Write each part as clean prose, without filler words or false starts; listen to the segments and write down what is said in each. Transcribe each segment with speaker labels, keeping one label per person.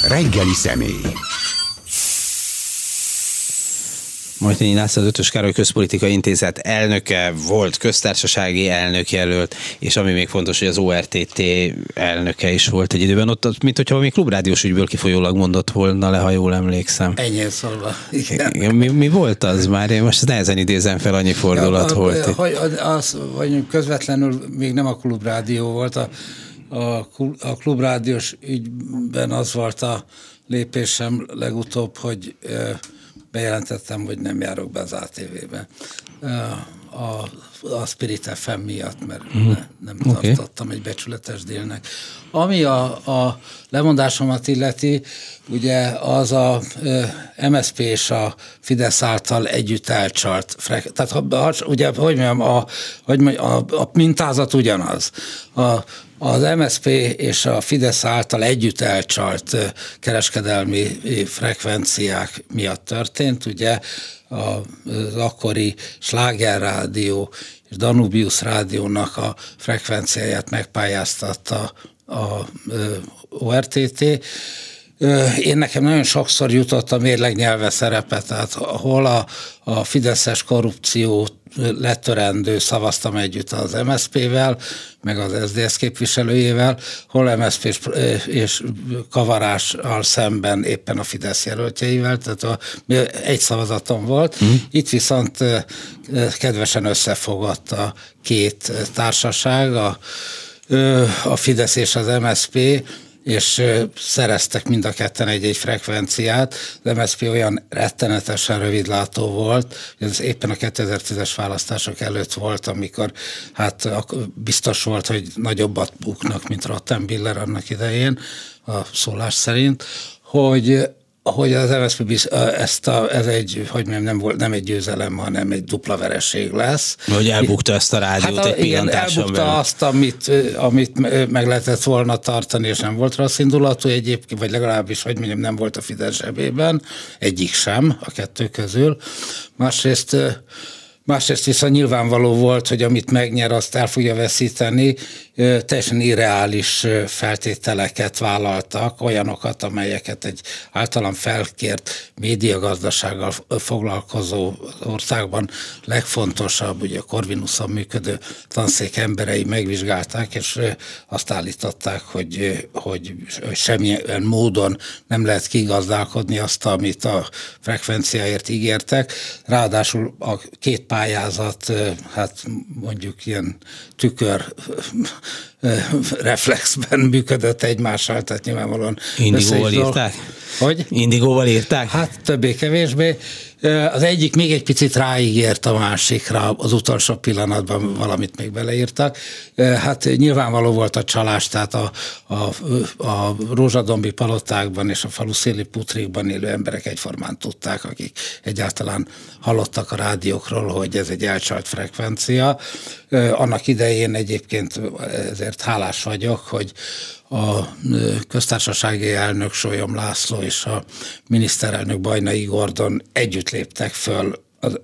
Speaker 1: Reggeli személy.
Speaker 2: Majtényi László, az Ötös Károly Közpolitikai Intézet elnöke, volt köztársasági elnökjelölt, és ami még fontos, hogy az ORTT elnöke is volt egy időben. Ott, mint hogyha valami klubrádiós ügyből kifolyólag mondott volna le, ha jól emlékszem.
Speaker 3: Ennyi szólva, igen.
Speaker 2: Mi volt az már? Én most nehezen idézem fel, annyi fordulat volt.
Speaker 3: Hogy közvetlenül még nem a klubrádió volt, a klubrádiós ügyben az volt a lépésem legutóbb, hogy bejelentettem, hogy nem járok be az ATV-be. A Spirit FM miatt, mert nem tartottam egy becsületes délnek. Ami a lemondásomat illeti, ugye az a MSZP és a Fidesz által együtt elcsalt. Tehát ugye, hogy mondjam, a mintázat ugyanaz. Az MSZP és a Fidesz által együtt elcsalt kereskedelmi frekvenciák miatt történt. Ugye az akkori Sláger Rádió és Danubius Rádiónak a frekvenciáját megpályáztatta a ORTT. Nekem nagyon sokszor jutott a mérlegnyelve szerepe, tehát hol a fideszes korrupció letörendő szavaztam együtt az MSZP-vel, meg az SZDSZ képviselőjével, hol MSZP és kavarással szemben éppen a Fidesz jelöltjeivel, tehát egy szavazatom volt. Itt viszont kedvesen összefogott a két társaság, a Fidesz és az MSZP, és szereztek mind a ketten egy-egy frekvenciát. Az MSZP olyan rettenetesen rövidlátó volt, hogy ez éppen a 2010-es választások előtt volt, amikor hát biztos volt, hogy nagyobbat buknak, mint Rottenbiller annak idején, a szólás szerint, hogy az MSZP ez egy, hogy nem egy győzelem, hanem egy dupla vereség lesz.
Speaker 2: Hogy elbukta ezt a rádiót egy pillantáson
Speaker 3: elbukta belül. Azt, amit meg lehetett volna tartani, és nem volt rossz indulatú egyébként, vagy legalábbis, hogy mondjam, nem volt a Fidesz zsebében, egyik sem a kettő közül. Másrészt viszont nyilvánvaló volt, hogy amit megnyer, azt el fogja veszíteni. Teljesen irreális feltételeket vállaltak, olyanokat, amelyeket egy általam felkért médiagazdasággal foglalkozó országban legfontosabb, ugye a Corvinuson működő tanszék emberei megvizsgálták, és azt állították, hogy semmilyen módon nem lehet kigazdálkodni azt, amit a frekvenciáért ígértek. Ráadásul a két pályázat, hát mondjuk ilyen tükör reflexben működött egymással, tehát nyilvánvalóan
Speaker 2: Indigóval írták?
Speaker 3: Hogy?
Speaker 2: Indigóval írták?
Speaker 3: Hát többé-kevésbé. Az egyik még egy picit ráígért a másikra, az utolsó pillanatban valamit még beleírtak. Hát nyilvánvaló volt a csalás, tehát a rózsadombi palotákban és a faluszéli putrikban élő emberek egyformán tudták, akik egyáltalán hallottak a rádiókról, hogy ez egy elcsalt frekvencia. Annak idején egyébként ezért hálás vagyok, hogy a köztársasági elnök Sólyom László és a miniszterelnök Bajnai Gordon együtt léptek föl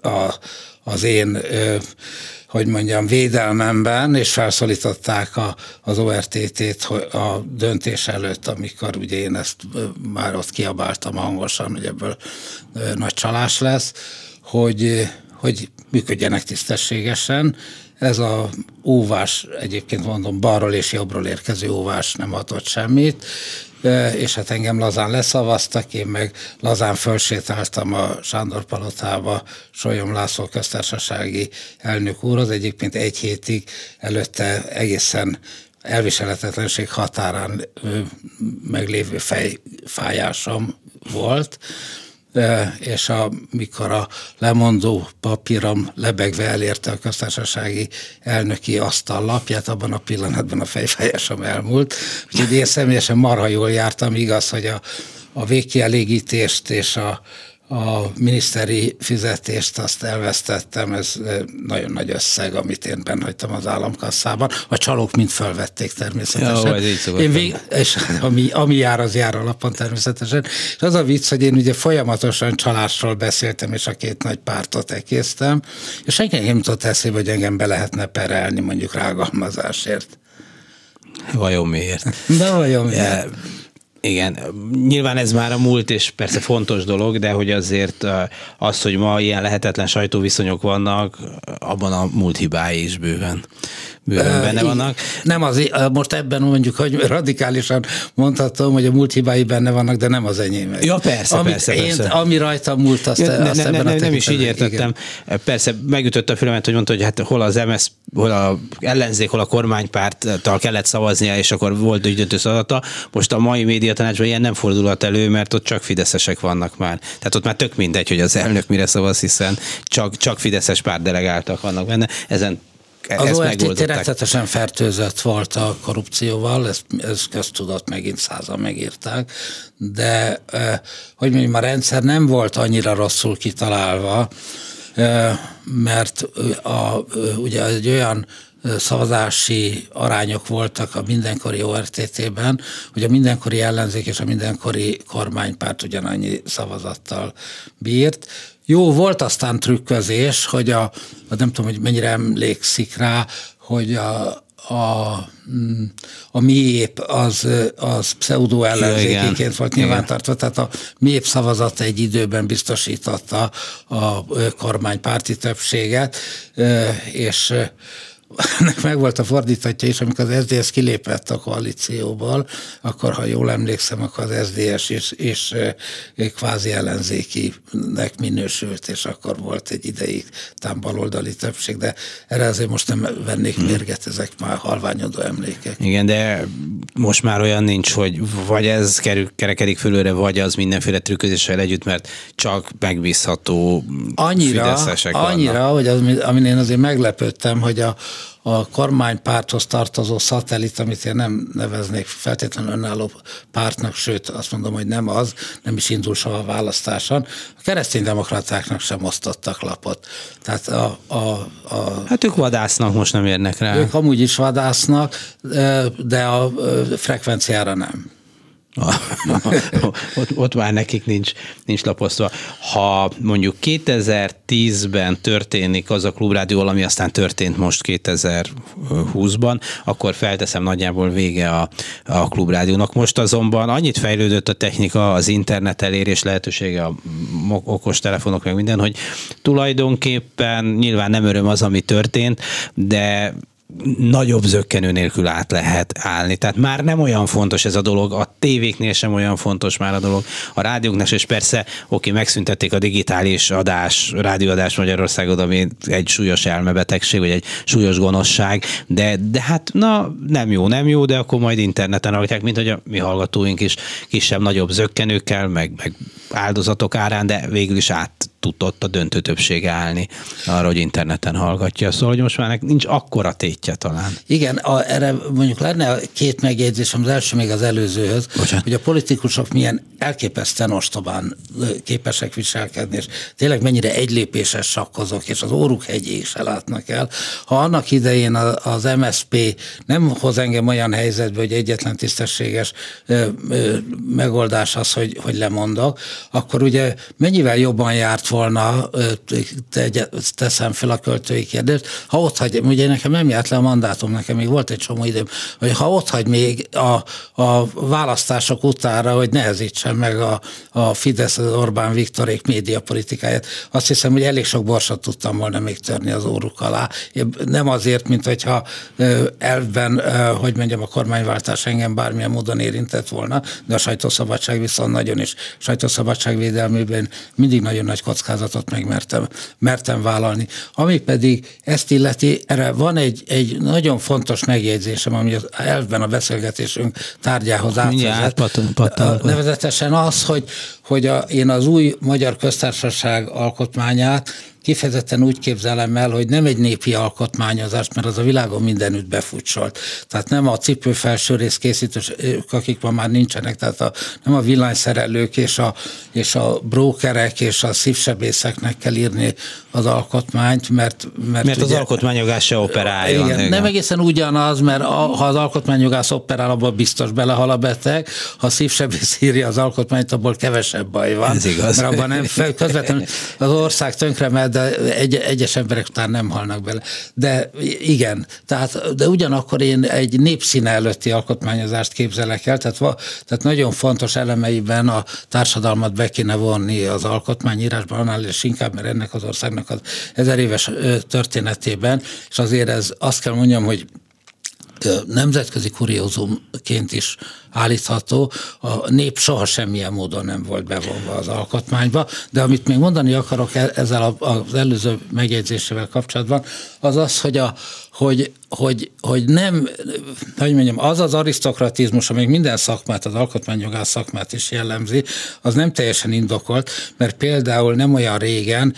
Speaker 3: az én, hogy mondjam, védelmemben, és felszólították az ORTT-t a döntés előtt, amikor ugye én ezt már ott kiabáltam hangosan, hogy ebből nagy csalás lesz, hogy működjenek tisztességesen. Ez a óvás, egyébként mondom, balról és jobbról érkező óvás nem adott semmit, és hát engem lazán leszavaztak, én meg lazán fölsétáltam a Sándor palotába Sólyom László köztársasági elnök úrhoz, egyébként egy hétig előtte egészen elviselhetetlenség határán meglévő fejfájásom volt, és amikor a lemondó papírom lebegve elérte a köztársasági elnöki asztallapját, abban a pillanatban a fejfájásom elmúlt. Úgyhogy én személyesen marha jól jártam, igaz, hogy a végkielégítést és a miniszteri fizetést azt elvesztettem, ez nagyon nagy összeg, amit én bennhagytam az államkasszában. A csalók mind fölvették természetesen. És ami jár, az jár alapon természetesen. És az a vicc, hogy én ugye folyamatosan csalásról beszéltem, és a két nagy pártot ekésztem, és senki nem jutott eszébe, hogy engem be lehetne perelni mondjuk rágalmazásért.
Speaker 2: Vajon miért?
Speaker 3: De vajon miért?
Speaker 2: Igen, nyilván ez már a múlt, és persze fontos dolog, de hogy azért az, hogy ma ilyen lehetetlen sajtóviszonyok vannak, abban a múlt hibái is bőven benne vannak.
Speaker 3: Nem most ebben mondjuk, hogy radikálisan mondhatom, hogy a múlt hibái benne vannak, de nem az enyémek.
Speaker 2: Ja, persze.
Speaker 3: Ami rajta múlt, azt
Speaker 2: nem is így értettem. Igen. Persze megütötte a fülemet, hogy mondta, hogy hát hol az MSZP, hol a ellenzék, hol a kormánypárttal kellett szavaznia, és akkor volt ügydöntő szavazata. Most a mai médiatanácsban ilyen nem fordulhat elő, mert ott csak fideszesek vannak már. Tehát ott már tök mindegy, hogy az elnök mire szavaz, hiszen csak fideszes pártdelegáltak vannak benne.
Speaker 3: Az ORTT rettetesen fertőzött volt a korrupcióval, ez köztudott, megint 100-an megírták, de hogy mondjam, a rendszer nem volt annyira rosszul kitalálva, mert ugye egy olyan szavazási arányok voltak a mindenkori ORTT-ben, hogy a mindenkori ellenzék és a mindenkori kormánypárt ugyanannyi szavazattal bírt. Jó, volt aztán trükközés, hogy nem tudom, hogy mennyire emlékszik rá, hogy a MIÉP az pseudo ellenzékiként volt nyilvántartva, tehát a MIÉP szavazata egy időben biztosította a kormánypárti többséget, és ennek meg volt a fordítatja is, amikor az SZDSZ kilépett a koalícióból, akkor, ha jól emlékszem, akkor az SZDSZ is kvázi ellenzékinek minősült, és akkor volt egy ideig talán baloldali többség, de erre azért most nem vennék mérget, ezek már halványodó emlékek.
Speaker 2: Igen, de most már olyan nincs, hogy vagy ez kerekedik fölőre, vagy az mindenféle trükközéssel együtt, mert csak megbízható fideszesek vannak.
Speaker 3: Annyira, hogy amin én azért meglepődtem, hogy a kormánypárthoz tartozó szatellit, amit én nem neveznék feltétlenül önálló pártnak, sőt azt mondom, hogy nem az, nem is indul soha a választáson, a kereszténydemokratáknak sem osztottak lapot. Tehát
Speaker 2: hát ők vadásznak, most nem érnek rá.
Speaker 3: Ők amúgy is vadásznak, de a frekvenciára nem.
Speaker 2: Ott már nekik nincs laposztva. Ha mondjuk 2010-ben történik az a Klubrádió, ami aztán történt most 2020-ban, akkor felteszem, nagyjából vége a Klubrádiónak. Most azonban annyit fejlődött a technika, az internet elérés lehetősége, a okos telefonok, meg minden, hogy tulajdonképpen nyilván nem öröm az, ami történt, de nagyobb zökkenő nélkül át lehet állni. Tehát már nem olyan fontos ez a dolog, a tévéknél sem olyan fontos már a dolog, a rádióknál, és persze, megszüntették a digitális rádióadás Magyarországon, ami egy súlyos elmebetegség, vagy egy súlyos gonoszság, de hát nem jó, de akkor majd interneten hallgatják, mint hogy a mi hallgatóink is kisebb-nagyobb zökkenőkkel, meg áldozatok árán, de végül is át tudott a döntő többsége állni arra, hogy interneten hallgatja. Szóval, hogy most már nincs akkora tétje talán.
Speaker 3: Igen, erre mondjuk lenne két megjegyzésem, az első még az előzőhöz, hogy a politikusok milyen elképesztően ostobán képesek viselkedni, és tényleg mennyire egylépéses sakkozok, és az óruk hegyéig se látnak el. Ha annak idején az MSZP nem hoz engem olyan helyzetbe, hogy egyetlen tisztességes megoldás az, hogy lemondok, akkor ugye mennyivel jobban járt volna, teszem fel a költői kérdést, ha ott hagy, ugye nekem nem járt le a mandátum, nekem még volt egy csomó időm, hogy ha ott hagy még a választások utánra, hogy nehezítsen meg a Fidesz, az Orbán Viktorék médiapolitikáját, azt hiszem, hogy elég sok borsot tudtam volna még törni az óruk alá. Nem azért, mint hogyha elvben, hogy mondjam, a kormányváltás engem bármilyen módon érintett volna, de a sajtószabadság viszont nagyon is. Sajtószabadság védelmében mindig nagyon nagy kockázatot mertem vállalni. Ami pedig ezt illeti, erre van egy nagyon fontos megjegyzésem, ami az elvben a beszélgetésünk tárgyához átvezet. Nevezetesen az, hogy én az új Magyar Köztársaság alkotmányát kifejezetten úgy képzelem el, hogy nem egy népi alkotmányozás, mert az a világon mindenütt befutsolt. Tehát nem a cipőfelső rész készítők, akik ma már nincsenek, tehát nem a villanyszerelők és a brókerek és a szívsebészeknek kell írni az alkotmányt, mert
Speaker 2: ugye, az alkotmányjogász se operáljon.
Speaker 3: Igen, nem egészen ugyanaz, mert ha az alkotmányjogász operál, abban biztos belehal a beteg, ha a szívsebész írja az alkotmányt, abból kevesebb baj van.
Speaker 2: Ez igaz.
Speaker 3: Mert abban nem közvetlenül az ország tönkremed, de egyes emberek talán nem halnak bele. De igen, de ugyanakkor én egy népszíne előtti alkotmányozást képzelek el, tehát nagyon fontos elemeiben a társadalmat be kéne vonni az alkotmányírásban, annál is inkább, mert ennek az országnak az 1000 éves történetében, és azért azt kell mondjam, hogy nemzetközi kuriózumként is állítható, a nép soha semmilyen módon nem volt bevonva az alkotmányba, de amit még mondani akarok ezzel az előző megjegyzésével kapcsolatban, az, hogy nem, hogy mondjam, az az arisztokratizmus, amely minden szakmát, az alkotmányjogász szakmát is jellemzi, az nem teljesen indokolt, mert például nem olyan régen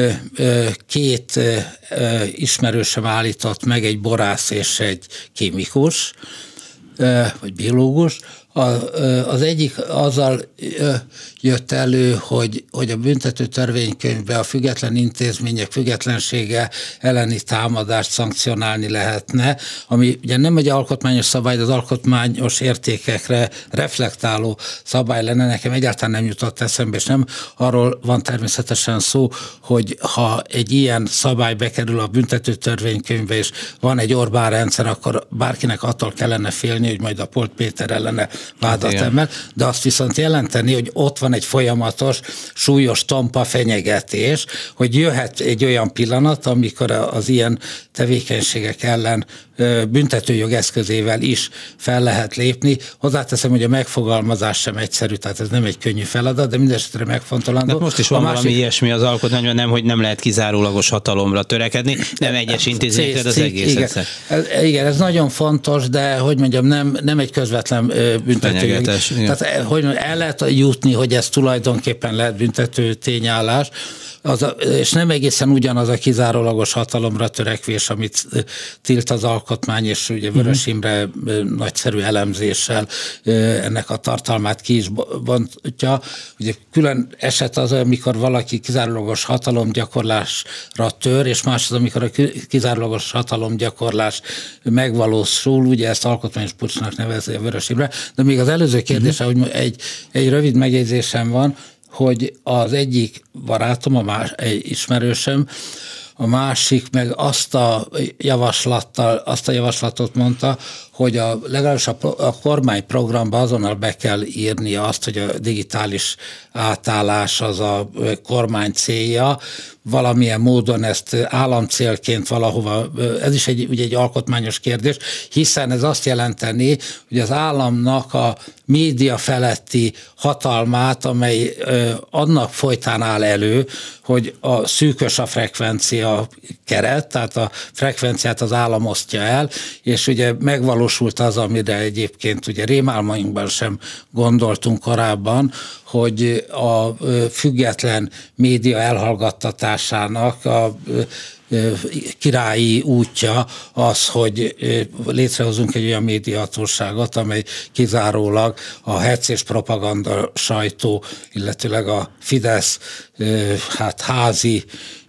Speaker 3: két ismerősöm állított meg, egy borász és egy kémikus, vagy biológus. Az egyik azzal jött elő, hogy a büntető törvénykönyvben a független intézmények függetlensége elleni támadást szankcionálni lehetne, ami ugye nem egy alkotmányos szabály, de az alkotmányos értékekre reflektáló szabály lenne. Nekem egyáltalán nem jutott eszembe, és nem arról van természetesen szó, hogy ha egy ilyen szabály bekerül a büntető törvénykönyvbe, és van egy Orbán rendszer, akkor bárkinek attól kellene félni, hogy majd a Polt Péter ellene vádat emel, de azt viszont jelenteni, hogy ott van egy folyamatos, súlyos tompa fenyegetés, hogy jöhet egy olyan pillanat, amikor az ilyen tevékenységek ellen büntetőjog eszközével is fel lehet lépni. Hozzáteszem, hogy a megfogalmazás sem egyszerű, tehát ez nem egy könnyű feladat, de mindesetre megfontolandó.
Speaker 2: De most is van valami ilyesmi az alkotmányban, nem, hogy nem lehet kizárólagos hatalomra törekedni, nem egyes intézményekre, az egész.
Speaker 3: Igen, ez nagyon fontos, de hogy mondjam, nem egy közvetlen büntetőjog. Tehát hogy el lehet jutni, hogy ez tulajdonképpen lehet büntető tényállás, és nem egészen ugyanaz a kizárólagos hatalomra törekvés, amit tilt az alkotmány, és ugye Vörös Imre nagyszerű elemzéssel ennek a tartalmát ki is bontja. Ugye külön eset az, amikor valaki kizárólagos hatalomgyakorlásra tör, és más az, amikor a kizárólagos hatalomgyakorlás megvalósul, ugye ezt alkotmányos puccsnak nevezi a Vörös Imre, de még az előző kérdése, hogy egy rövid megjegyzésem van, hogy az egyik barátom, egy ismerősöm, a másik meg azt a javaslatot mondta, hogy legalábbis a kormányprogramba azonnal be kell írnia azt, hogy a digitális átállás az a kormány célja, valamilyen módon ezt államcélként valahova, ez is ugye egy alkotmányos kérdés, hiszen ez azt jelenteni, hogy az államnak a média feletti hatalmát, amely annak folytán áll elő, hogy a szűkös a frekvencia keret, tehát a frekvenciát az állam osztja el, és ugye megvalósult az, amire egyébként ugye rémálmainkban sem gondoltunk korábban, hogy a független média elhallgattatásának a királyi útja az, hogy létrehozunk egy olyan médiahatóságot, amely kizárólag a hetz és propaganda sajtó, illetőleg a Fidesz házi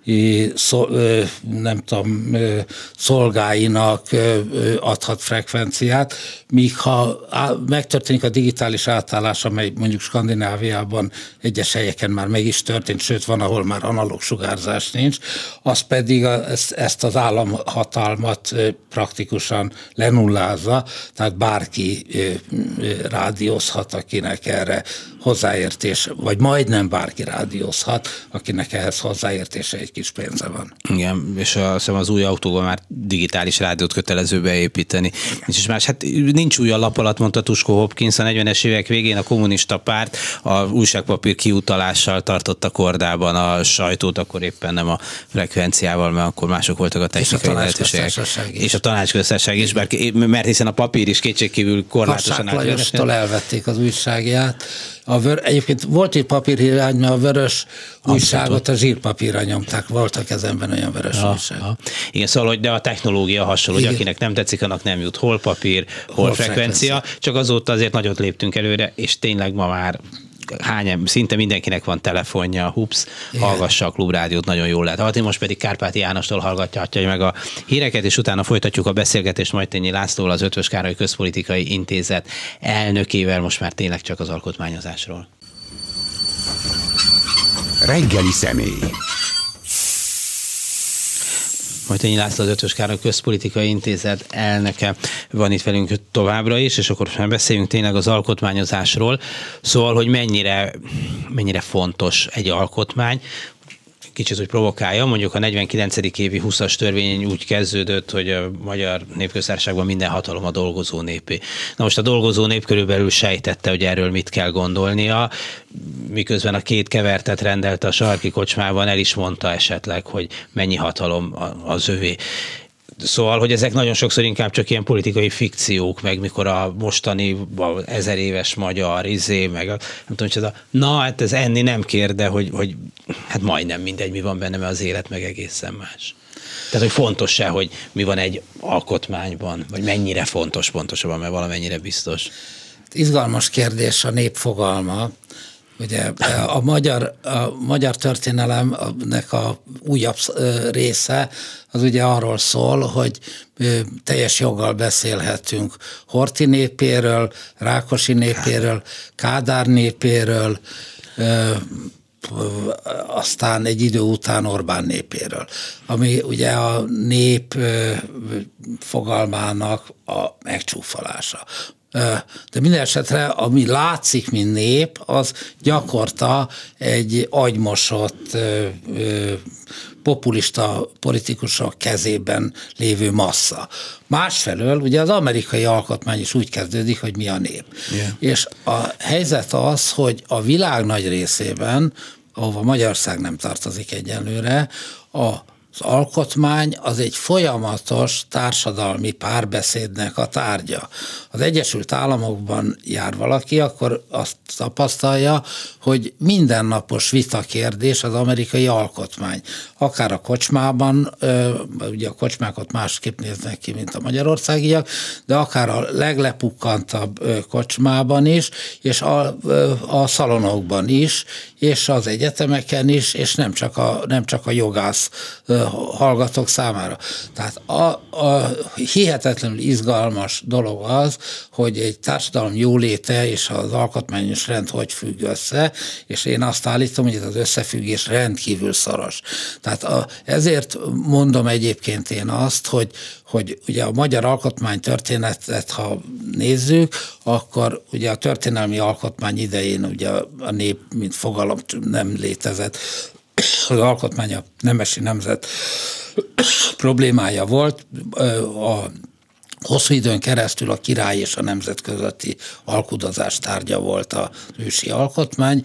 Speaker 3: nem tudom, szolgáinak adhat frekvenciát, míg ha megtörténik a digitális átállás, amely mondjuk Skandináviában egyes helyeken már meg is történt, sőt van, ahol már analóg sugárzás nincs, az pedig ezt az államhatalmat praktikusan lenullázza, tehát bárki rádiózhat, akinek erre hozzáértés, vagy majdnem bárki rádiózhat, akinek ehhez hozzáértése egy kis pénze van.
Speaker 2: Igen, és az új autóban már digitális rádiót kötelező beépíteni. És más, hát nincs új a lap alatt, mondta Tuskó Hopkins, a 40-es évek végén a kommunista párt a újságpapír kiutalással tartotta kordában a sajtót, akkor éppen nem a frekvenciával, mert akkor mások voltak a technikai lehetőségek. És a tanácsköztársaság is, mert hiszen a papír is kétségkívül korlátosan
Speaker 3: Lajostól elvették az újságját. Egyébként volt egy papírhiány, mert a Vörös újságot a zsírpapírra nyomták, voltak ezenben olyan Vörös újság.
Speaker 2: Igen, szóval, hogy de a technológia hasonló, hogy akinek nem tetszik, annak nem jut hol papír, hol frekvencia, csak azóta azért nagyot léptünk előre, és tényleg ma már szinte mindenkinek van telefonja, hallgassa a Klubrádiót, nagyon jól lehet hallgatni, most pedig Kárpáti Jánostól hallgatja meg a híreket, és utána folytatjuk a beszélgetést Majtényi Lászlóval, az Eötvös Károly Közpolitikai Intézet elnökével, most már tényleg csak az alkotmányozásról.
Speaker 1: Reggeli személy.
Speaker 2: Majtényi László, az Ötvös Károly Közpolitikai Intézet elnöke van itt velünk továbbra is, és akkor már beszéljünk tényleg az alkotmányozásról. Szóval, hogy mennyire fontos egy alkotmány. Kicsit, hogy provokálja, mondjuk a 49. évi 20-as törvény úgy kezdődött, hogy a Magyar Népköztársaságban minden hatalom a dolgozó népé. Na most a dolgozó nép körülbelül sejtette, hogy erről mit kell gondolnia, miközben a két kevertet rendelte a sarki kocsmában, el is mondta esetleg, hogy mennyi hatalom az övé. Szóval, hogy ezek nagyon sokszor inkább csak ilyen politikai fikciók, meg mikor a mostani 1000 éves magyar meg nem tudom, hogy hát ez enni nem kér, de hogy hát majdnem mindegy, mi van benne, mert az élet meg egészen más. Tehát, hogy fontos-e, hogy mi van egy alkotmányban, vagy mennyire fontos pontosabban, mert valamennyire biztos.
Speaker 3: Izgalmas kérdés a nép fogalma. Ugye a magyar történelemnek a újabb része az ugye arról szól, hogy teljes joggal beszélhetünk Horthy népéről, Rákosi népéről, Kádár népéről, aztán egy idő után Orbán népéről, ami ugye a nép fogalmának a megcsúfolása. De minden esetre, ami látszik, mint nép, az gyakorta egy agymosott, populista politikusok kezében lévő massza. Másfelől ugye az amerikai alkotmány is úgy kezdődik, hogy mi a nép. Yeah. És a helyzet az, hogy a világ nagy részében, ahova Magyarország nem tartozik egyenlőre, az alkotmány az egy folyamatos társadalmi párbeszédnek a tárgya. Az Egyesült Államokban jár valaki, akkor azt tapasztalja, hogy mindennapos vitakérdés az amerikai alkotmány. Akár a kocsmában, ugye a kocsmákat másképp néznek ki, mint a magyarországiak, de akár a leglepukkantabb kocsmában is, és a szalonokban is, és az egyetemeken is, és nem csak a jogász hallgatók számára. Tehát a hihetetlenül izgalmas dolog az, hogy egy társadalom jóléte és az alkotmányos rend hogy függ össze, és én azt állítom, hogy ez az összefüggés rendkívül szoros. Tehát ezért mondom egyébként én azt, hogy ugye a magyar alkotmány történetet, ha nézzük, akkor ugye a történelmi alkotmány idején ugye a nép, mint fogalom nem létezett. Az alkotmány a nemesi nemzet problémája volt. A hosszú időn keresztül a király és a nemzet közötti alkudozás tárgya volt az ősi alkotmány.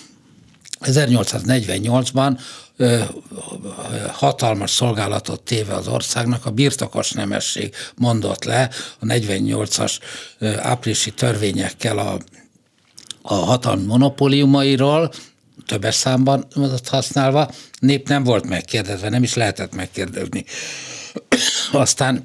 Speaker 3: 1848-ban hatalmas szolgálatot téve az országnak a birtokos nemesség mondott le a 48-as áprilisi törvényekkel a hatalmi monopóliumairól, többes számban használva, nép nem volt megkérdezve, nem is lehetett megkérdezni. Aztán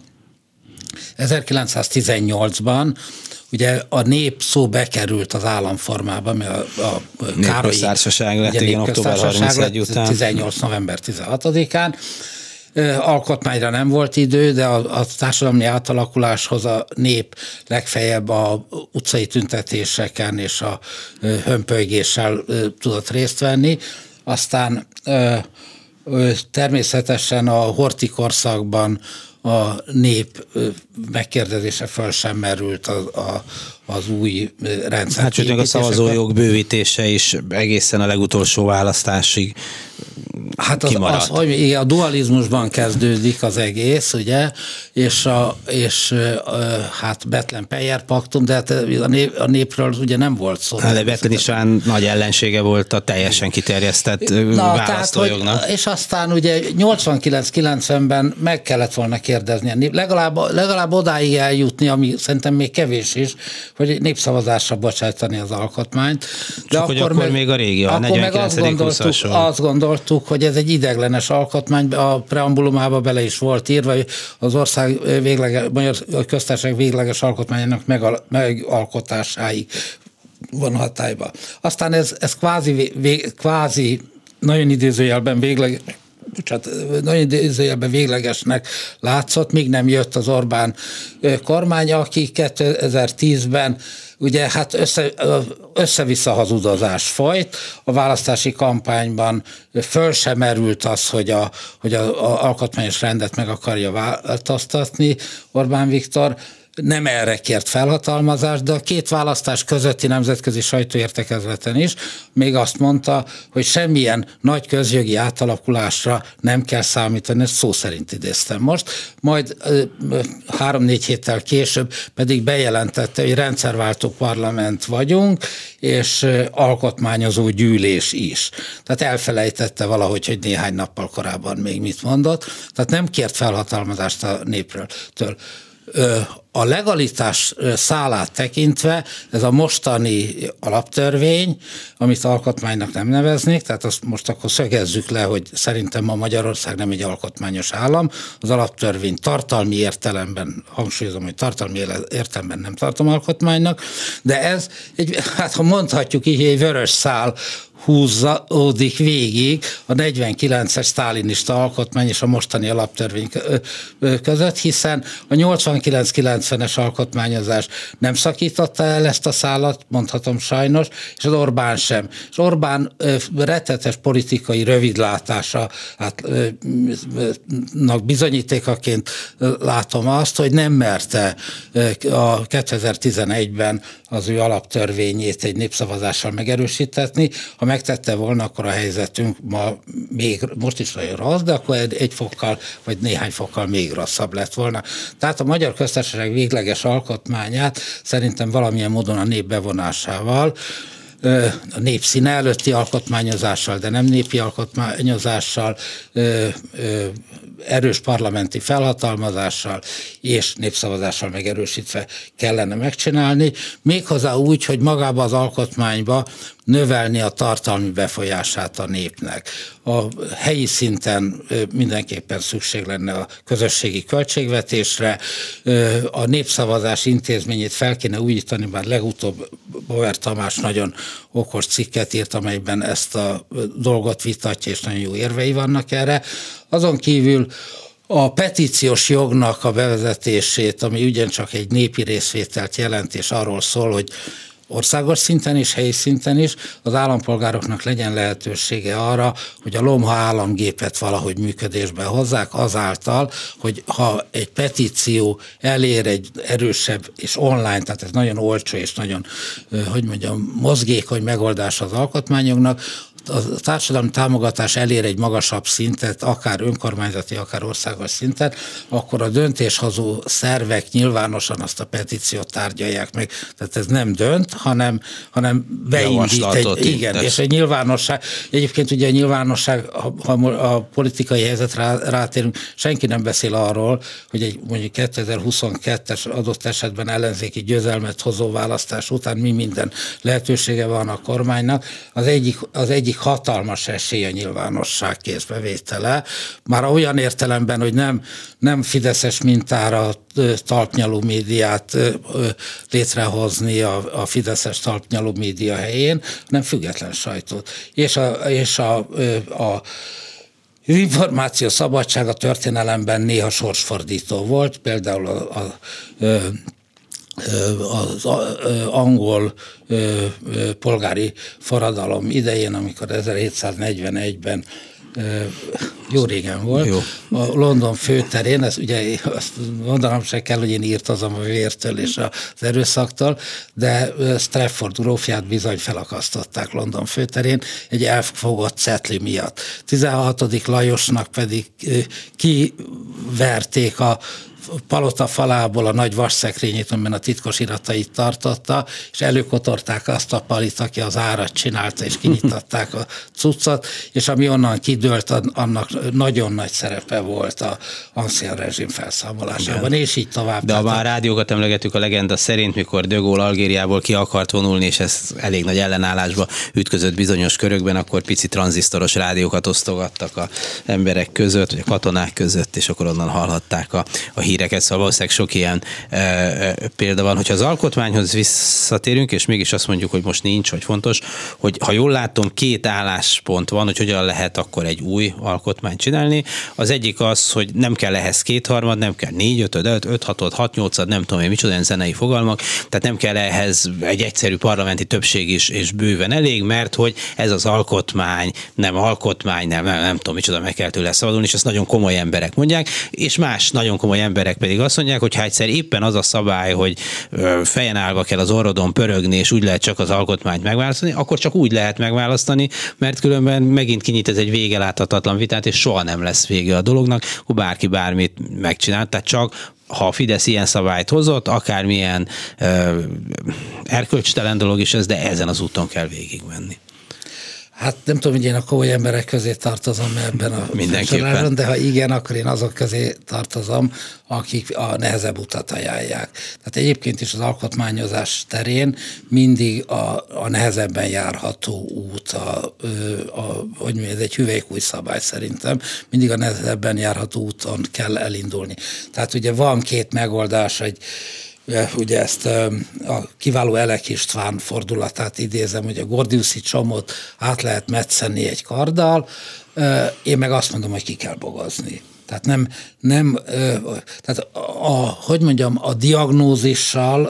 Speaker 3: 1918-ban ugye a nép szó bekerült az államformába, mert a
Speaker 2: Népköztársaság lett, igen, október 31 után.
Speaker 3: 18. november 16-án. Alkotmányra nem volt idő, de a társadalmi átalakuláshoz a nép legfeljebb a utcai tüntetéseken és a hömpölygéssel tudott részt venni. Aztán természetesen a Horthy korszakban a nép megkérdezése föl sem merült az új rendszer.
Speaker 2: Hát sőt, a szavazójog bővítése is egészen a legutolsó választásig kimaradt.
Speaker 3: Hogy a dualizmusban kezdődik az egész, ugye, és hát Bethlen-Peyer paktum, de hát a népről ugye nem volt szó.
Speaker 2: De Bethlen is olyan nagy ellensége volt a teljesen kiterjesztett választójognak.
Speaker 3: És aztán ugye 89-90-ben meg kellett volna kérdezni a nép, legalább odáig eljutni, ami szerintem még kevés is, hogy népszavazásra bocsájtani az alkotmányt.
Speaker 2: De akkor még a régi, a 49.
Speaker 3: Azt gondoltuk, hogy ez egy ideglenes alkotmány, a preambulumába bele is volt írva, hogy az ország Magyar Köztársaság végleges alkotmányának megalkotásáig van hatályban. Aztán ez kvázi nagyon idézőjelben végleges nagyon idézőjelben véglegesnek látszott, míg nem jött az Orbán kormány, aki 2010-ben ugye hát össze-vissza hazudozás folyt, a választási kampányban föl sem merült az, hogy az alkotmányos rendet meg akarja változtatni Orbán Viktor, nem erre kért felhatalmazást, de a két választás közötti nemzetközi sajtóértekezleten is még azt mondta, hogy semmilyen nagy közjogi átalakulásra nem kell számítani, ezt szó szerint idéztem most, majd 3-4 héttel később pedig bejelentette, hogy rendszerváltó parlament vagyunk, és alkotmányozó gyűlés is. Tehát elfelejtette valahogy, hogy néhány nappal korábban még mit mondott, tehát nem kért felhatalmazást a népről. A legalitás szálát tekintve ez a mostani alaptörvény, amit alkotmánynak nem neveznék, tehát azt most akkor szögezzük le, hogy szerintem ma Magyarország nem egy alkotmányos állam, az alaptörvény tartalmi értelemben, hangsúlyozom, hogy tartalmi értelemben nem tartom alkotmánynak, de ez hát ha mondhatjuk így, egy vörös szál húzódik végig a 49-es sztálinista alkotmány és a mostani alaptörvény között, hiszen a 89-90-es alkotmányozás nem szakította el ezt a szálat, mondhatom sajnos, és az Orbán sem. És Orbán rettetes politikai rövidlátása bizonyítékaként látom azt, hogy nem merte a 2011-ben az ő alaptörvényét egy népszavazással megerősítetni. Ha megtette volna, akkor a helyzetünk ma még, most is nagyon rossz, de akkor egy fokkal, vagy néhány fokkal még rosszabb lett volna. Tehát a Magyar Köztársaság végleges alkotmányát szerintem valamilyen módon a nép bevonásával, a nép színe előtti alkotmányozással, de nem népi alkotmányozással, erős parlamenti felhatalmazással és népszavazással megerősítve kellene megcsinálni, méghozzá úgy, hogy magába az alkotmányba növelni a tartalmi befolyását a népnek. A helyi szinten mindenképpen szükség lenne a közösségi költségvetésre, a népszavazás intézményét fel kéne újítani, bár legutóbb Bauer Tamás nagyon okos cikket írt, amelyben ezt a dolgot vitatja, és nagyon jó érvei vannak erre. Azon kívül a petíciós jognak a bevezetését, ami ugyancsak egy népi részvételt jelent, és arról szól, hogy országos szinten és helyi szinten is az állampolgároknak legyen lehetősége arra, hogy a lomha államgépet valahogy működésbe hozzák azáltal, hogy ha egy petíció elér egy erősebb és online, tehát ez nagyon olcsó és nagyon, mozgékony megoldás az alkotmányoknak, a társadalmi támogatás elér egy magasabb szintet, akár önkormányzati, akár országos szinten, akkor a döntéshozó szervek nyilvánosan azt a petíciót tárgyalják meg. Tehát ez nem dönt, hanem beindít és egy nyilvánosság. Egyébként ugye a nyilvánosság, ha a politikai helyzetre rátérünk, senki nem beszél arról, hogy egy mondjuk 2022-es adott esetben ellenzéki győzelmet hozó választás után mi minden lehetősége van a kormánynak. Az egyik hatalmas esély a nyilvánosság kézbevétele. Már olyan értelemben, hogy nem fideszes mintára talpnyaló médiát létrehozni a fideszes talpnyaló média helyén, hanem független sajtót. És az információ szabadság a történelemben néha sorsfordító volt, például az angol polgári forradalom idején, amikor 1741-ben jó régen volt, jó. A London főterén, ez ugye azt mondanom se kell, hogy én írtozom a vértől és az erőszaktól, de Strafford grófját bizony felakasztották London főterén egy elfogott cetli miatt. 16. Lajosnak pedig kiverték a palota falából a nagy vasszekrényét, amiben a titkos iratait tartotta, és előkotorták azt a palit, aki az árat csinálta, és kinyitották a cuccot, és ami onnan kidőlt, annak nagyon nagy szerepe volt az ancien rezsim felszámolásában, és így tovább.
Speaker 2: De ha már rádiókat emlegetük, a legenda szerint, mikor de Gaulle Algériából ki akart vonulni, és ez elég nagy ellenállásba ütközött bizonyos körökben, akkor pici tranzisztoros rádiókat osztogattak az emberek között, vagy a katonák között, és akkor onnan hallhatták a híreket, szóval valószínűleg sok ilyen példa van. Hogyha az alkotmányhoz visszatérünk, és mégis azt mondjuk, hogy most nincs, vagy fontos, hogy ha jól látom, 2 álláspont van, hogy hogyan lehet akkor egy új alkotmányt csinálni. Az egyik az, hogy nem kell ehhez 2/3, nem kell 4/5, 5/6, 6/8, nem tudom én micsoda, ilyen zenei fogalmak, tehát nem kell ehhez egy egyszerű parlamenti többség is, és bőven elég, mert hogy ez az alkotmány, nem tudom micsoda, meg kell tőle szabadulni, és ezt nagyon komoly emberek mondják, és más nagyon komoly emberek pedig azt mondják, hogy ha egyszer éppen az a szabály, hogy fejen állva kell az orrodon pörögni, és úgy lehet csak az alkotmányt megválasztani, akkor csak úgy lehet megválasztani, mert különben megint kinyit ez egy végeláthatatlan vitát, és soha nem lesz vége a dolognak, akkor bárki bármit megcsinál, tehát csak ha a Fidesz ilyen szabályt hozott, akármilyen erkölcstelen dolog is ez, de ezen az úton kell végigmenni.
Speaker 3: Hát nem tudom, hogy én a komoly emberek közé tartozom ebben a során, de ha igen, akkor én azok közé tartozom, akik a nehezebb utat ajánlják. Tehát egyébként is az alkotmányozás terén mindig a nehezebben járható út, ez egy hüvelykúj szabály szerintem, mindig a nehezebben járható úton kell elindulni. Tehát ugye van 2 megoldás, ugye ezt a kiváló Elek István fordulatát idézem, hogy a gordiuszi csomót át lehet metszeni egy karddal, én meg azt mondom, hogy ki kell bogozni. Tehát tehát a diagnózissal,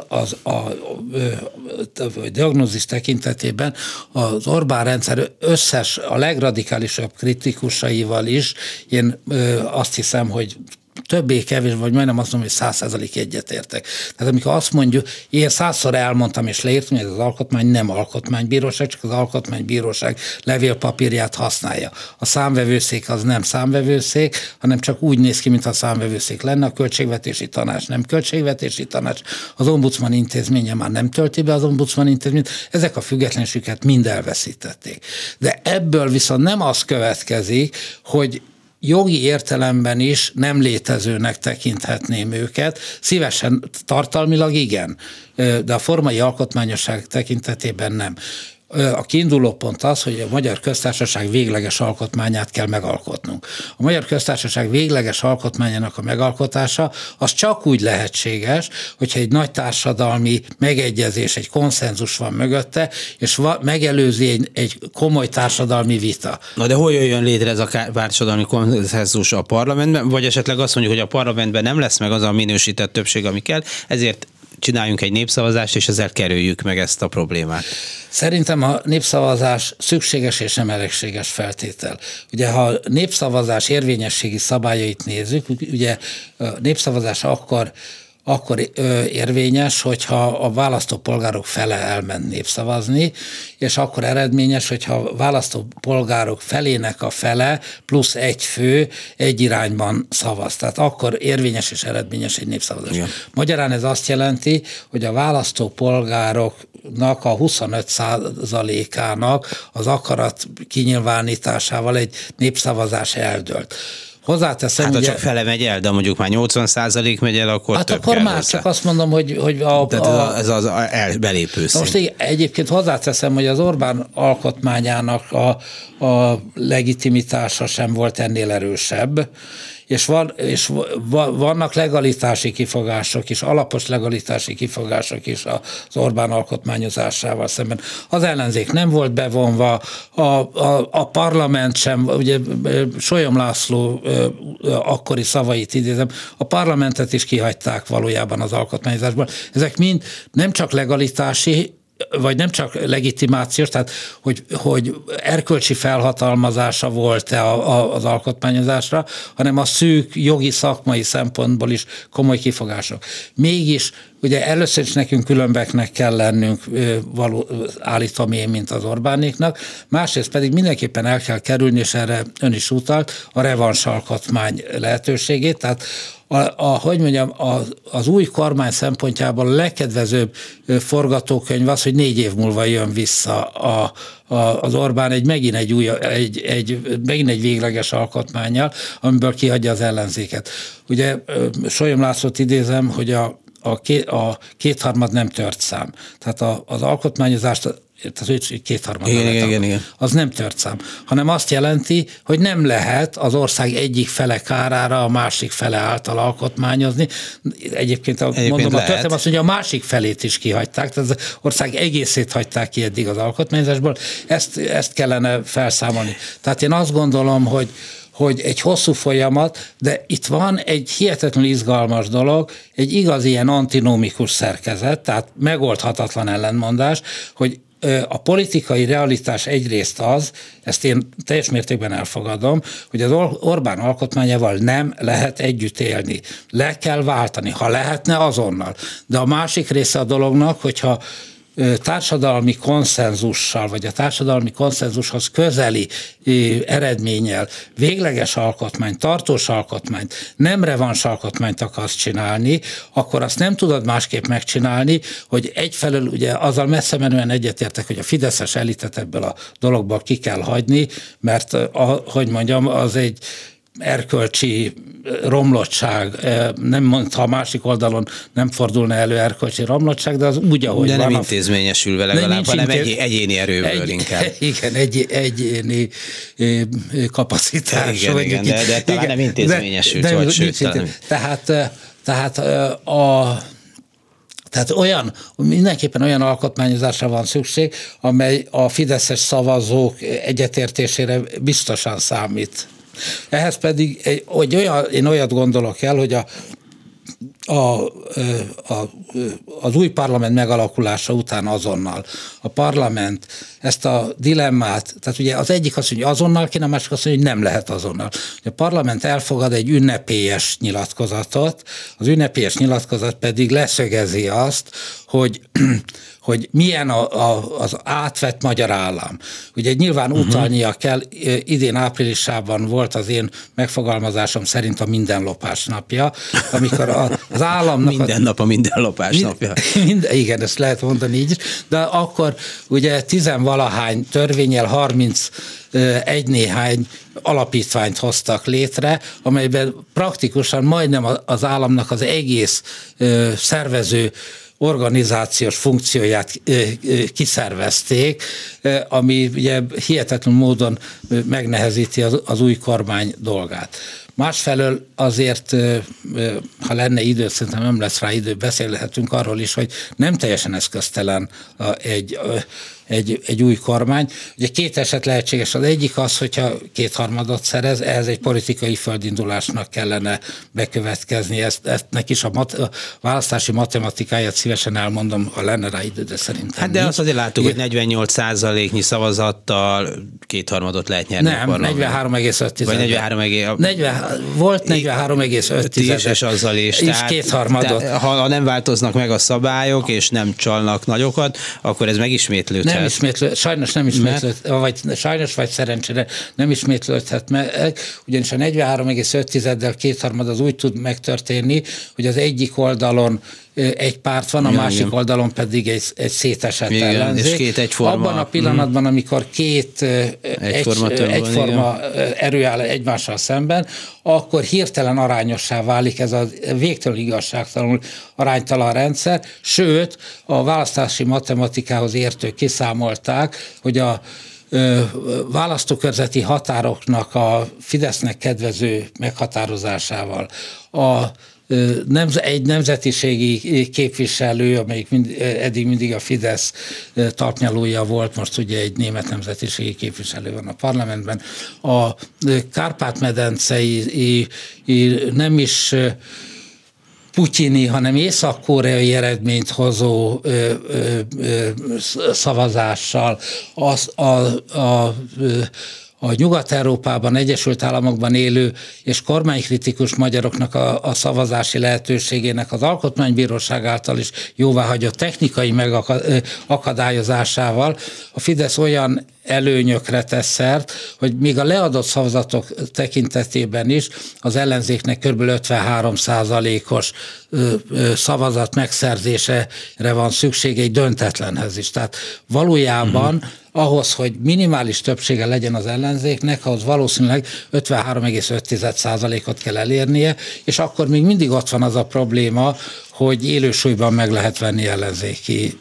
Speaker 3: a diagnózis tekintetében az Orbán rendszer összes, a legradikálisabb kritikusaival is én azt hiszem, hogy többé-kevés, vagy majdnem azt mondom, hogy 100% egyetértek. Tehát amikor azt mondjuk, én 100-szor elmondtam és leírtam, hogy ez az alkotmány nem alkotmánybíróság, csak az alkotmánybíróság levélpapírját használja. A számvevőszék az nem számvevőszék, hanem csak úgy néz ki, mintha a számvevőszék lenne, a költségvetési tanács nem költségvetési tanács, az ombudsman intézménye már nem tölti be az ombudsman intézményt, ezek a függetlenségüket mind elveszítették. De ebből viszont nem az következik, hogy jogi értelemben is nem létezőnek tekinthetném őket, szívesen tartalmilag igen, de a formai alkotmányosság tekintetében nem. A kiinduló pont az, hogy a Magyar Köztársaság végleges alkotmányát kell megalkotnunk. A Magyar Köztársaság végleges alkotmányának a megalkotása az csak úgy lehetséges, hogyha egy nagy társadalmi megegyezés, egy konszenzus van mögötte, és megelőzi egy komoly társadalmi vita.
Speaker 2: Na de hol jöjjön létre ez a társadalmi konszenzus a parlamentben, vagy esetleg azt mondjuk, hogy a parlamentben nem lesz meg az a minősített többség, ami kell, ezért csináljunk egy népszavazást, és ezzel kerüljük meg ezt a problémát.
Speaker 3: Szerintem a népszavazás szükséges és nem elégséges feltétel. Ugye, ha a népszavazás érvényességi szabályait nézzük, ugye a népszavazás akkor érvényes, hogyha a választópolgárok fele elment népszavazni, és akkor eredményes, hogyha a választópolgárok felének a fele plusz egy fő egy irányban szavaz. Tehát akkor érvényes és eredményes egy népszavazás. Igen. Magyarán ez azt jelenti, hogy a választópolgároknak a 25%-ának az akarat kinyilvánításával egy népszavazás eldőlt. Hozzáteszem,
Speaker 2: hát ha csak fele megy el, de mondjuk már 80% megy el, akkor
Speaker 3: hát
Speaker 2: több
Speaker 3: akkor
Speaker 2: kell
Speaker 3: már
Speaker 2: hozzá.
Speaker 3: Csak azt mondom, hogy
Speaker 2: ez az belépő szint.
Speaker 3: Most egyébként hozzáteszem, hogy az Orbán alkotmányának a legitimitása sem volt ennél erősebb, és vannak legalitási kifogások is, alapos legalitási kifogások is az Orbán alkotmányozásával szemben. Az ellenzék nem volt bevonva, a parlament sem, ugye Solyom László akkori szavait idézem, a parlamentet is kihagyták valójában az alkotmányozásból. Ezek mind nem csak legalitási, vagy nem csak legitimációs, tehát hogy erkölcsi felhatalmazása volt-e az alkotmányozásra, hanem a szűk jogi szakmai szempontból is komoly kifogások. Mégis ugye először is nekünk különbeknek kell lennünk, állítom én, mint az Orbánéknak, másrészt pedig mindenképpen el kell kerülni, és erre ön is utalt, a revansz alkotmány lehetőségét, tehát az új kormány szempontjából a legkedvezőbb forgatókönyv az, hogy 4 év múlva jön vissza az Orbán megint egy végleges alkotmánnyal, amiből kihagyja az ellenzéket. Ugye Solyom Lászlót idézem, hogy a kétharmad nem tört szám. Tehát az alkotmányozást, tehát kétharmad
Speaker 2: igen.
Speaker 3: Az nem tört szám, hanem azt jelenti, hogy nem lehet az ország egyik fele kárára a másik fele által alkotmányozni. Egyébként mondom, a történet azt mondja, a másik felét is kihagyták, tehát az ország egészét hagyták ki eddig az alkotmányozásból, ezt kellene felszámolni. Tehát én azt gondolom, hogy egy hosszú folyamat, de itt van egy hihetetlenül izgalmas dolog, egy igazi ilyen antinomikus szerkezet, tehát megoldhatatlan ellentmondás, hogy a politikai realitás egyrészt az, ezt én teljes mértékben elfogadom, hogy az Orbán alkotmányával nem lehet együtt élni. Le kell váltani, ha lehetne azonnal. De a másik része a dolognak, hogyha társadalmi konszenzussal, vagy a társadalmi konszenzushoz közeli eredménnyel végleges alkotmány, tartós alkotmányt, nem revans alkotmányt akarsz csinálni, akkor azt nem tudod másképp megcsinálni, hogy egyfelől ugye azzal messze menően egyetértek, hogy a fideszes elitet ebből a dologból ki kell hagyni, mert hogy mondjam, az egy erkölcsi romlottság, nem mondta, a másik oldalon nem fordulna elő erkölcsi romlottság, de az úgy, ahogy
Speaker 2: de
Speaker 3: van.
Speaker 2: nem intézményesülve legalább, hanem egyéni erőből inkább.
Speaker 3: Igen, egyéni kapacitás.
Speaker 2: Igen, de talán nem intézményesült, vagy sőt.
Speaker 3: Tehát mindenképpen olyan alkotmányozásra van szükség, amely a fideszes szavazók egyetértésére biztosan számít. Ehhez pedig én olyat gondolok el, hogy az új parlament megalakulása után azonnal a parlament ezt a dilemmát, tehát ugye az egyik azt mondja, hogy azonnal kéne, a másik azt mondja, hogy nem lehet azonnal. A parlament elfogad egy ünnepélyes nyilatkozatot, az ünnepélyes nyilatkozat pedig leszögezi azt, hogy milyen az átvett magyar állam. Ugye nyilván utalnia kell, idén áprilisában volt az én megfogalmazásom szerint a mindenlopás napja, amikor az államnak...
Speaker 2: Minden nap a mindenlopás napja.
Speaker 3: Igen, ezt lehet mondani így is, de akkor ugye 10-valahány törvénnyel 31 néhány alapítványt hoztak létre, amelyben praktikusan majdnem az államnak az egész szervező organizációs funkcióját kiszervezték, ami ugye hihetetlen módon megnehezíti az új kormány dolgát. Másfelől azért, ha lenne idő, szerintem nem lesz rá idő, beszélhetünk arról is, hogy nem teljesen eszköztelen egy új kormány. Ugye két eset lehetséges. Az egyik az, hogyha kétharmadot szerez, ehhez egy politikai földindulásnak kellene bekövetkezni. Ennek is a választási matematikáját szívesen elmondom, ha lenne rá idő, de szerintem
Speaker 2: hát de
Speaker 3: nincs.
Speaker 2: azt azért láttuk, hogy 48%-nyi szavazattal kétharmadot lehet nyerni.
Speaker 3: Nem, 43,5.
Speaker 2: Vagy 43,5.
Speaker 3: Volt 43,5.
Speaker 2: És azzal is.
Speaker 3: És kétharmadot.
Speaker 2: Ha nem változnak meg a szabályok, és nem csalnak nagyokat, akkor ez megismétlődhet.
Speaker 3: Sajnos nem ismétlődhet, vagy szerencsére nem ismétlődhet meg, ugyanis a 43,5-del kétharmad az úgy tud megtörténni, hogy az egyik oldalon egy párt van, a másik oldalon pedig egy szétesett ellenzék.
Speaker 2: És két egyforma.
Speaker 3: Abban a pillanatban, amikor két egyforma erő áll egymással szemben, akkor hirtelen arányossá válik ez a végtelen igazságtalanul aránytalan rendszer, sőt, a választási matematikához értők kiszámolták, hogy a választókörzeti határoknak a Fidesznek kedvező meghatározásával egy nemzetiségi képviselő, amelyik eddig mindig a Fidesz talpnyalója volt, most ugye egy német nemzetiségi képviselő van a parlamentben. A Kárpát-medencei nem is putyini, hanem észak-koreai eredményt hozó szavazással a Nyugat-Európában, Egyesült Államokban élő és kormánykritikus magyaroknak a szavazási lehetőségének az Alkotmánybíróság által is jóváhagyott technikai megakadályozásával a Fidesz olyan előnyökre tesz szert, hogy még a leadott szavazatok tekintetében is az ellenzéknek kb. 53%-os szavazat megszerzésére van szüksége egy döntetlenhez is. Tehát valójában ahhoz, hogy minimális többsége legyen az ellenzéknek, ahhoz valószínűleg 53,5%-ot kell elérnie, és akkor még mindig ott van az a probléma, hogy élősúlyban meg lehet venni ellenzéki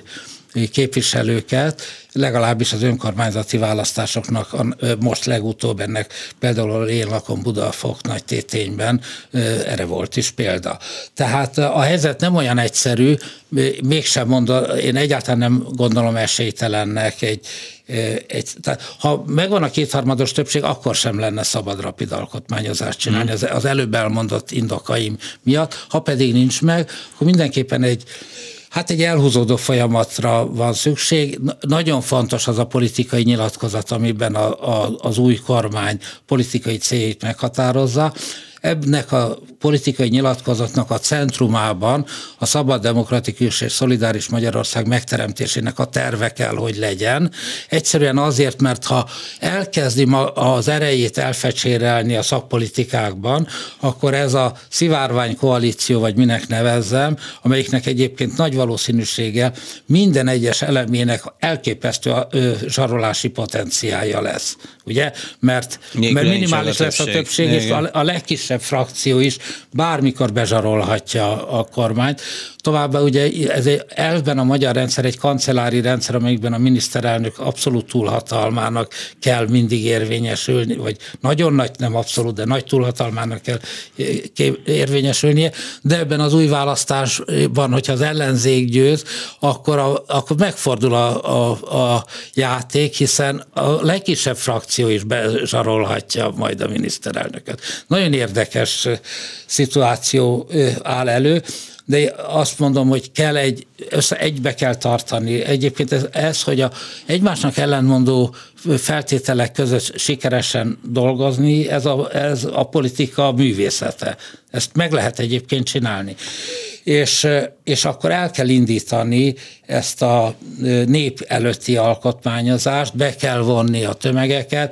Speaker 3: képviselőket, legalábbis az önkormányzati választásoknak most legutóbb ennek például én lakom Budafok Nagytétényben erre volt is példa. Tehát a helyzet nem olyan egyszerű, mégsem én egyáltalán nem gondolom esélytelennek tehát ha megvan a kétharmados többség, akkor sem lenne szabad rapid alkotmányozást csinálni az előbb elmondott indokaim miatt, ha pedig nincs meg, akkor mindenképpen egy elhúzódó folyamatra van szükség. Nagyon fontos az a politikai nyilatkozat, amiben az új kormány politikai céljait meghatározza. Ennek a politikai nyilatkozatnak a centrumában a szabad, demokratikus és szolidáris Magyarország megteremtésének a terve kell, hogy legyen. Egyszerűen azért, mert ha elkezdi az erejét elfecsérelni a szakpolitikákban, akkor ez a szivárvány koalíció, vagy minek nevezzem, amelyiknek egyébként nagy valószínűséggel minden egyes elemének elképesztő zsarolási potenciálja lesz. Ugye? Mert minimális lesz a többség, és a legkisebb frakció is bármikor bezsarolhatja a kormányt. Továbbá ugye ez elvben a magyar rendszer egy kancellári rendszer, amelyikben a miniszterelnök abszolút túlhatalmának kell mindig érvényesülni, vagy nagyon nagy, nem abszolút, de nagy túlhatalmának kell érvényesülnie, de ebben az új választásban, hogyha az ellenzék győz, akkor megfordul a játék, hiszen a legkisebb frakció is bezsarolhatja majd a miniszterelnököt. Nagyon érdekes szituáció áll elő, de azt mondom, hogy egybe kell tartani. Egyébként ez hogy egymásnak ellentmondó feltételek között sikeresen dolgozni, ez a politika művészete. Ezt meg lehet egyébként csinálni. És akkor el kell indítani ezt a nép előtti alkotmányozást, be kell vonni a tömegeket,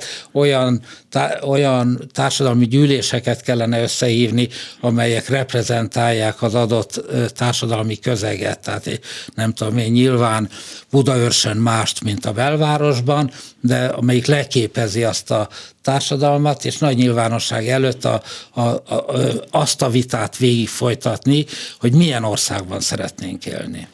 Speaker 3: olyan társadalmi gyűléseket kellene összehívni, amelyek reprezentálják az adott társadalmi közeget. Tehát nem tudom én, nyilván Budaörsön mást, mint a belvárosban, de amelyik leképezi azt a társadalmat, és nagy nyilvánosság előtt azt a vitát végig folytatni, hogy milyen országban szeretnénk élni.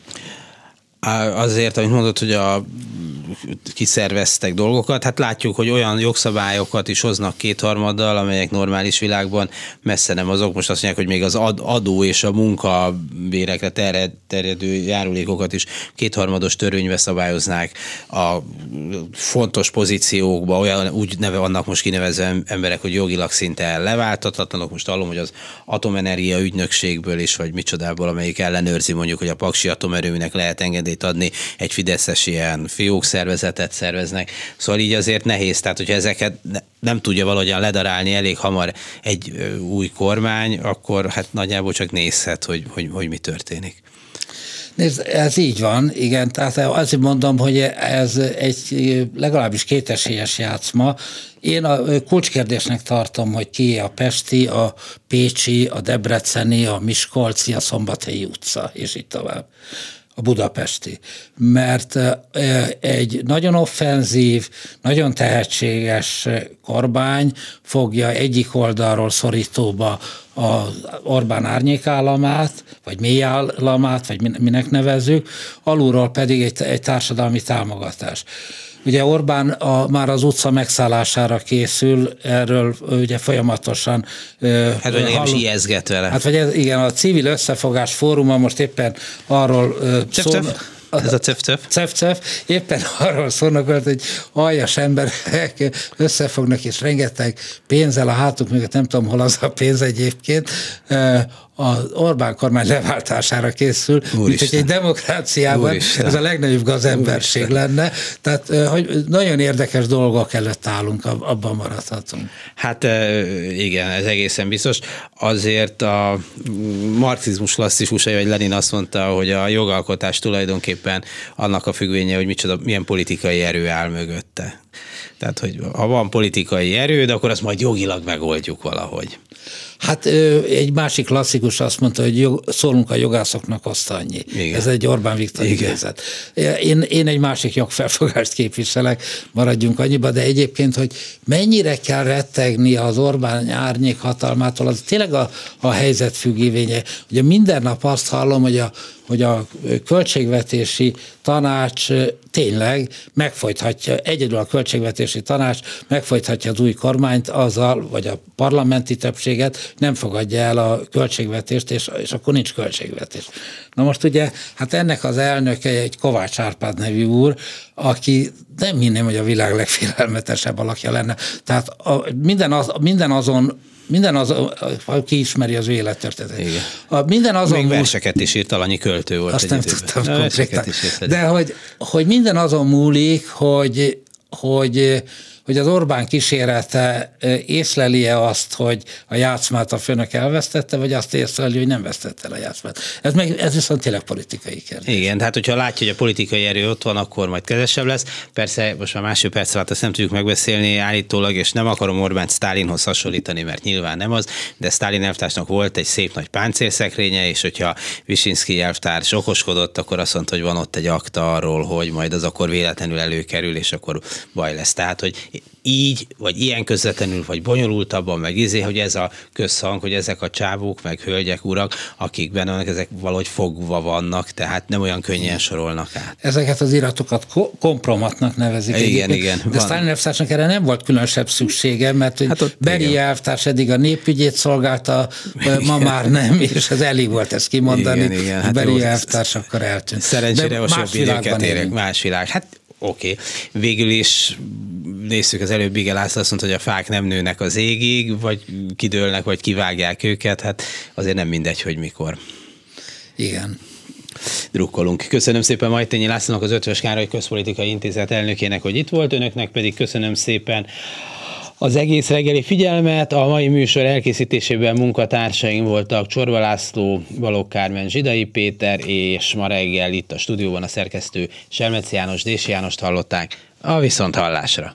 Speaker 2: Azért, amit mondod, hogy kiszerveztek dolgokat, hát látjuk, hogy olyan jogszabályokat is hoznak kétharmaddal, amelyek normális világban messze nem azok. Most azt mondják, hogy még az adó és a munkabérekre terjedő járulékokat is kétharmados törvénybe szabályoznák. A fontos pozíciókba vannak most kinevezve emberek, hogy jogilag szinte leváltathatlanok. Most hallom, hogy az atomenergia ügynökségből is, vagy micsodából, amelyik ellenőrzi mondjuk, hogy a paksi atomerőműnek lehet engedélyt adni, egy fideszes ilyen fiókszervezetet szerveznek. Szóval így azért nehéz, tehát hogyha ezeket nem tudja valahogyan ledarálni elég hamar egy új kormány, akkor hát nagyjából csak nézhet, hogy mi történik.
Speaker 3: Nézd, ez így van, igen, tehát azért mondom, hogy ez egy legalábbis kétesélyes játszma. Én a kulcskérdésnek tartom, hogy ki a pesti, a pécsi, a debreceni, a miskolci, a szombathelyi utca, és így tovább. A budapesti. Mert egy nagyon offenzív, nagyon tehetséges kormány fogja egyik oldalról szorítóba az Orbán árnyékállamát, vagy mélyállamát, vagy minek nevezzük, alulról pedig egy társadalmi támogatás. Ugye Orbán már az utca megszállására készül, erről ugye folyamatosan
Speaker 2: hát vagy nekem is ijeszget vele.
Speaker 3: Hát vagy igen, a Civil Összefogás Fóruma most éppen arról szól.
Speaker 2: Ez a cef-cef.
Speaker 3: Éppen arról szólnak, hogy aljas emberek összefognak, és rengeteg pénzzel a hátuk mögött, nem tudom, hol az a pénz egyébként, az Orbán kormány leváltására készül, mint hogy egy demokráciában ez a legnagyobb gazemberség lenne. Tehát, hogy nagyon érdekes dolgok előtt állunk, abban maradhatunk.
Speaker 2: Hát igen, ez egészen biztos. Azért a marxizmus klasszikusai, vagy Lenin azt mondta, hogy a jogalkotás tulajdonképpen annak a függvénye, hogy milyen politikai erő áll mögötte. Tehát, hogy ha van politikai erőd, akkor azt majd jogilag megoldjuk valahogy.
Speaker 3: Hát egy másik klasszikus azt mondta, hogy szólunk a jogászoknak, azt annyi. Igen. Ez egy Orbán Viktor idézet. Én egy másik jogfelfogást képviselek, maradjunk annyiba, de egyébként, hogy mennyire kell rettegni az Orbán árnyék hatalmától, az tényleg a helyzet függvénye. Ugye minden nap azt hallom, hogy a költségvetési tanács tényleg megfojthatja, egyedül a költségvetési tanács megfojthatja az új kormányt azzal, vagy a parlamenti többséget nem fogadja el a költségvetést, és akkor nincs költségvetés. Na most ugye, hát ennek az elnöke egy Kovács Árpád nevű úr, aki nem hinném, hogy a világ legfélelmetesebb alakja lenne. Tehát minden azon, aki ismeri az ő élettörténetét. Minden azon
Speaker 2: még verseket is írt, Alanyi költő volt.
Speaker 3: Azt nem tudtam konkrétan. De hogy minden azon múlik, hogy az Orbán kísérete észleli-e azt, hogy a játszmát a főnök elvesztette, vagy azt észleli, hogy nem vesztette el a játszmát. Ez viszont tényleg politikai kérdés.
Speaker 2: Igen, tehát hogyha látja, hogy a politikai erő ott van, akkor majd kezesebb lesz. Persze most már másfél perc alatt ezt nem tudjuk megbeszélni állítólag, és nem akarom Orbánt Sztálinhoz hasonlítani, mert nyilván nem az, de Sztálin elvtársnak volt egy szép nagy páncélszekrénye, és hogyha Visinszky elvtárs okoskodott, akkor azt mondta, hogy van ott egy akta arról, hogy majd az akkor véletlenül előkerül, és akkor baj lesz. Tehát, hogy így, vagy ilyen közvetlenül, vagy bonyolultabban, meg hogy ez a közhang, hogy ezek a csávók, meg hölgyek, urak, akik benne vannak, ezek valahogy fogva vannak, tehát nem olyan könnyen sorolnak át.
Speaker 3: Ezeket az iratokat kompromatnak nevezik.
Speaker 2: Igen.
Speaker 3: De Sztálin elvtársnak erre nem volt különösebb szüksége, mert hát Berija elvtárs eddig a népügyét szolgálta, ma már nem, és ez elég volt ezt kimondani. Igen, hát Berija elvtárs akkor eltűnt.
Speaker 2: Szerencsére most jobb időket érek, más világ. Hát oké. Végül is nézzük, az előbb Bige László azt mondta, hogy a fák nem nőnek az égig, vagy kidőlnek, vagy kivágják őket, hát azért nem mindegy, hogy mikor.
Speaker 3: Igen.
Speaker 2: Drukkolunk. Köszönöm szépen Majtényi Lászlónak, az Eötvös Károly Közpolitikai Intézet elnökének, hogy itt volt, önöknek pedig köszönöm szépen az egész reggeli figyelmet. A mai műsor elkészítésében munkatársaim voltak Csorba László, Balogh Kármen, Zsidai Péter, és ma reggel itt a stúdióban a szerkesztő Selmeci János, Dési Jánost hallották. A viszonthallásra.